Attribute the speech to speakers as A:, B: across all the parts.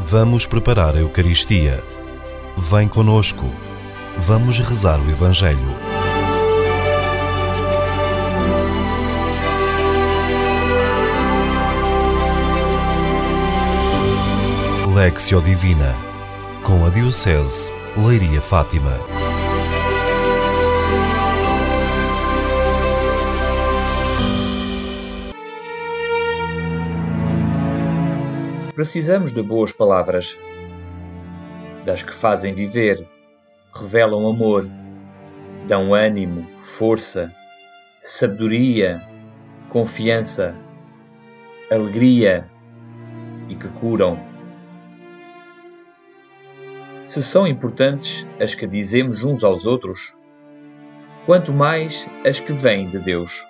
A: Vamos preparar a Eucaristia. Vem conosco. Vamos rezar o Evangelho. Lectio Divina, com a Diocese Leiria-Fátima.
B: Precisamos de boas palavras, das que fazem viver, revelam amor, dão ânimo, força, sabedoria, confiança, alegria e que curam. Se são importantes as que dizemos uns aos outros, quanto mais as que vêm de Deus.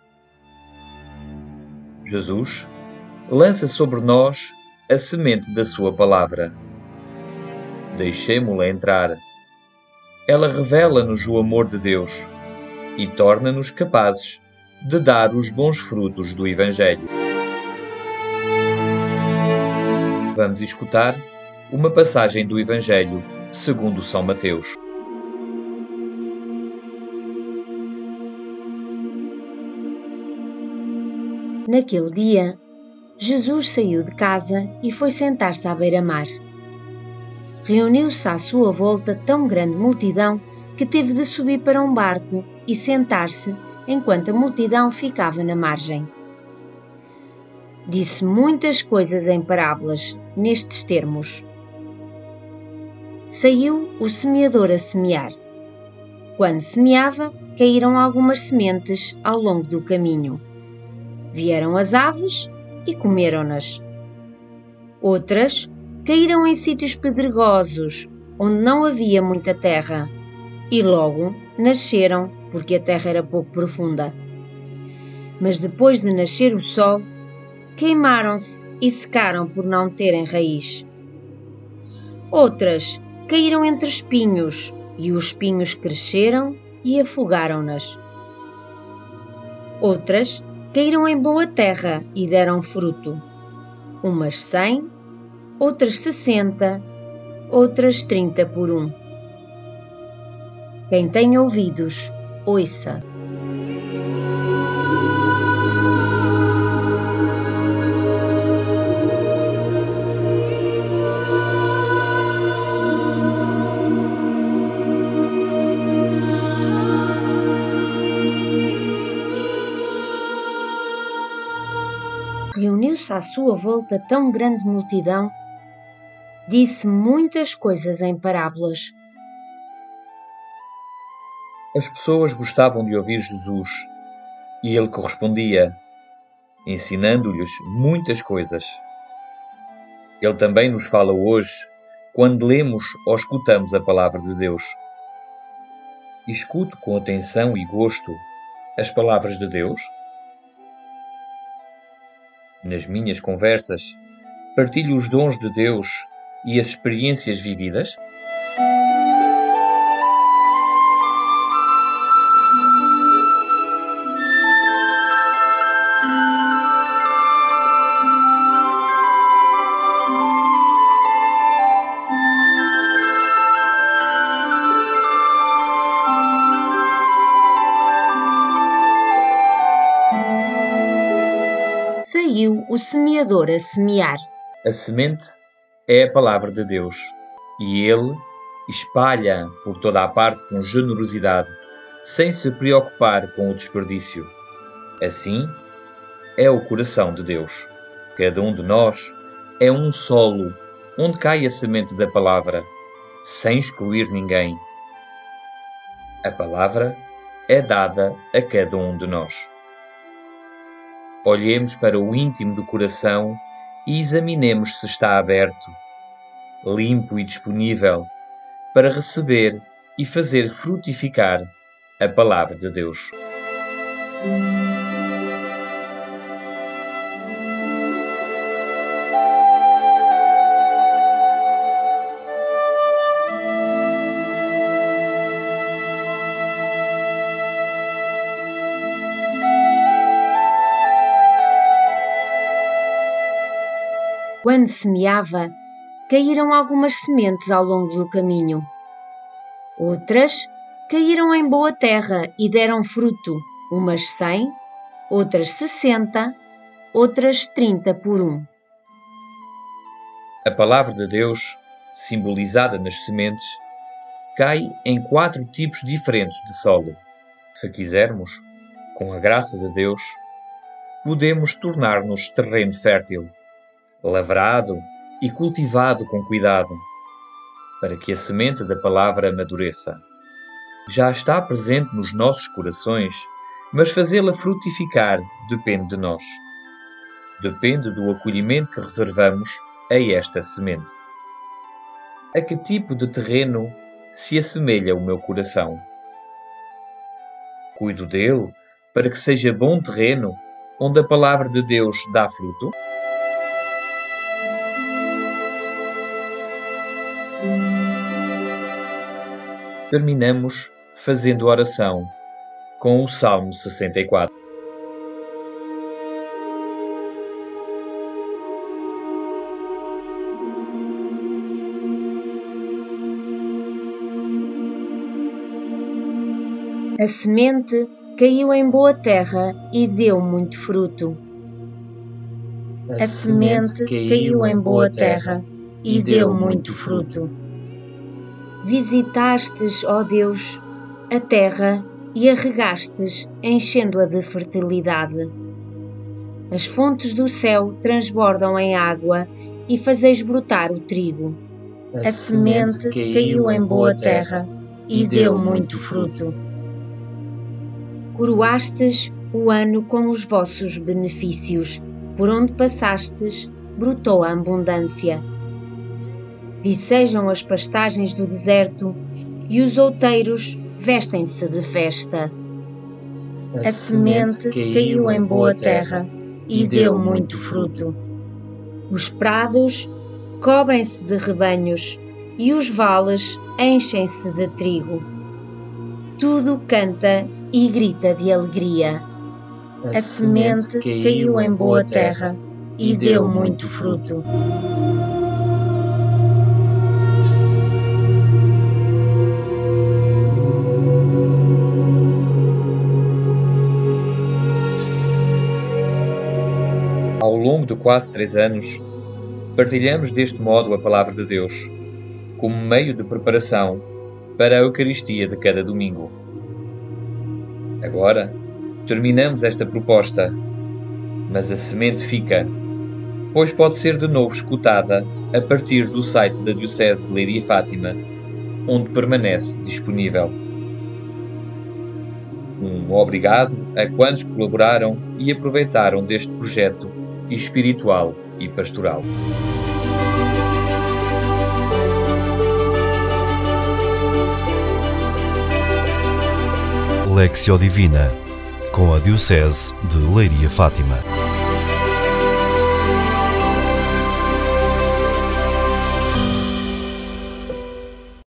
B: Jesus lança sobre nós a semente da sua palavra. Deixemo-la entrar. Ela revela-nos o amor de Deus e torna-nos capazes de dar os bons frutos do Evangelho. Vamos escutar uma passagem do Evangelho segundo São Mateus.
C: Naquele dia, Jesus saiu de casa e foi sentar-se à beira-mar. Reuniu-se à sua volta tão grande multidão que teve de subir para um barco e sentar-se enquanto a multidão ficava na margem. Disse muitas coisas em parábolas, nestes termos. Saiu o semeador a semear. Quando semeava, caíram algumas sementes ao longo do caminho. Vieram as aves e comeram-nas. Outras caíram em sítios pedregosos, onde não havia muita terra, e logo nasceram, porque a terra era pouco profunda. Mas depois de nascer o sol, queimaram-se e secaram por não terem raiz. Outras caíram entre espinhos, e os espinhos cresceram e afogaram-nas. Outras caíram em boa terra e deram fruto, umas 100, outras 60, outras 30 por 1. Quem tem ouvidos, ouça. Reuniu-se à sua volta tão grande multidão, disse muitas coisas em parábolas.
B: As pessoas gostavam de ouvir Jesus e ele correspondia, ensinando-lhes muitas coisas. Ele também nos fala hoje quando lemos ou escutamos a palavra de Deus. Escuto com atenção e gosto as palavras de Deus. Nas minhas conversas, partilho os dons de Deus e as experiências vividas.
C: Saiu o semeador a semear.
B: A semente é a palavra de Deus e ele espalha por toda a parte com generosidade, sem se preocupar com o desperdício. Assim é o coração de Deus. Cada um de nós é um solo onde cai a semente da palavra, sem excluir ninguém. A palavra é dada a cada um de nós. Olhemos para o íntimo do coração e examinemos se está aberto, limpo e disponível para receber e fazer frutificar a palavra de Deus.
C: Quando semeava, caíram algumas sementes ao longo do caminho. Outras caíram em boa terra e deram fruto, umas 100, outras 60, outras 30 por 1.
B: A palavra de Deus, simbolizada nas sementes, cai em 4 tipos diferentes de solo. Se quisermos, com a graça de Deus, podemos tornar-nos terreno fértil, lavrado e cultivado com cuidado, para que a semente da palavra amadureça. Já está presente nos nossos corações, mas fazê-la frutificar depende de nós. Depende do acolhimento que reservamos a esta semente. A que tipo de terreno se assemelha o meu coração? Cuido dele para que seja bom terreno onde a palavra de Deus dá fruto? Terminamos fazendo oração com o Salmo 64.
C: A semente caiu em boa terra e deu muito fruto. A semente caiu em boa terra e deu muito fruto. Visitastes, ó Deus, a terra e a regastes, enchendo-a de fertilidade. As fontes do céu transbordam em água e fazeis brotar o trigo. A semente caiu em boa terra e deu muito fruto. Coroastes o ano com os vossos benefícios, por onde passastes, brotou a abundância. Vicejam as pastagens do deserto e os outeiros vestem-se de festa. A semente caiu em boa terra e deu muito fruto. Os prados cobrem-se de rebanhos e os vales enchem-se de trigo. Tudo canta e grita de alegria. A semente caiu em boa terra e deu muito fruto.
B: Ao longo de quase 3 anos, partilhamos deste modo a palavra de Deus, como meio de preparação para a Eucaristia de cada domingo. Agora, terminamos esta proposta, mas a semente fica, pois pode ser de novo escutada a partir do site da Diocese de Leiria e Fátima, onde permanece disponível. Um obrigado a quantos colaboraram e aproveitaram deste projeto espiritual e pastoral.
A: Lectio Divina, com a Diocese de Leiria e Fátima.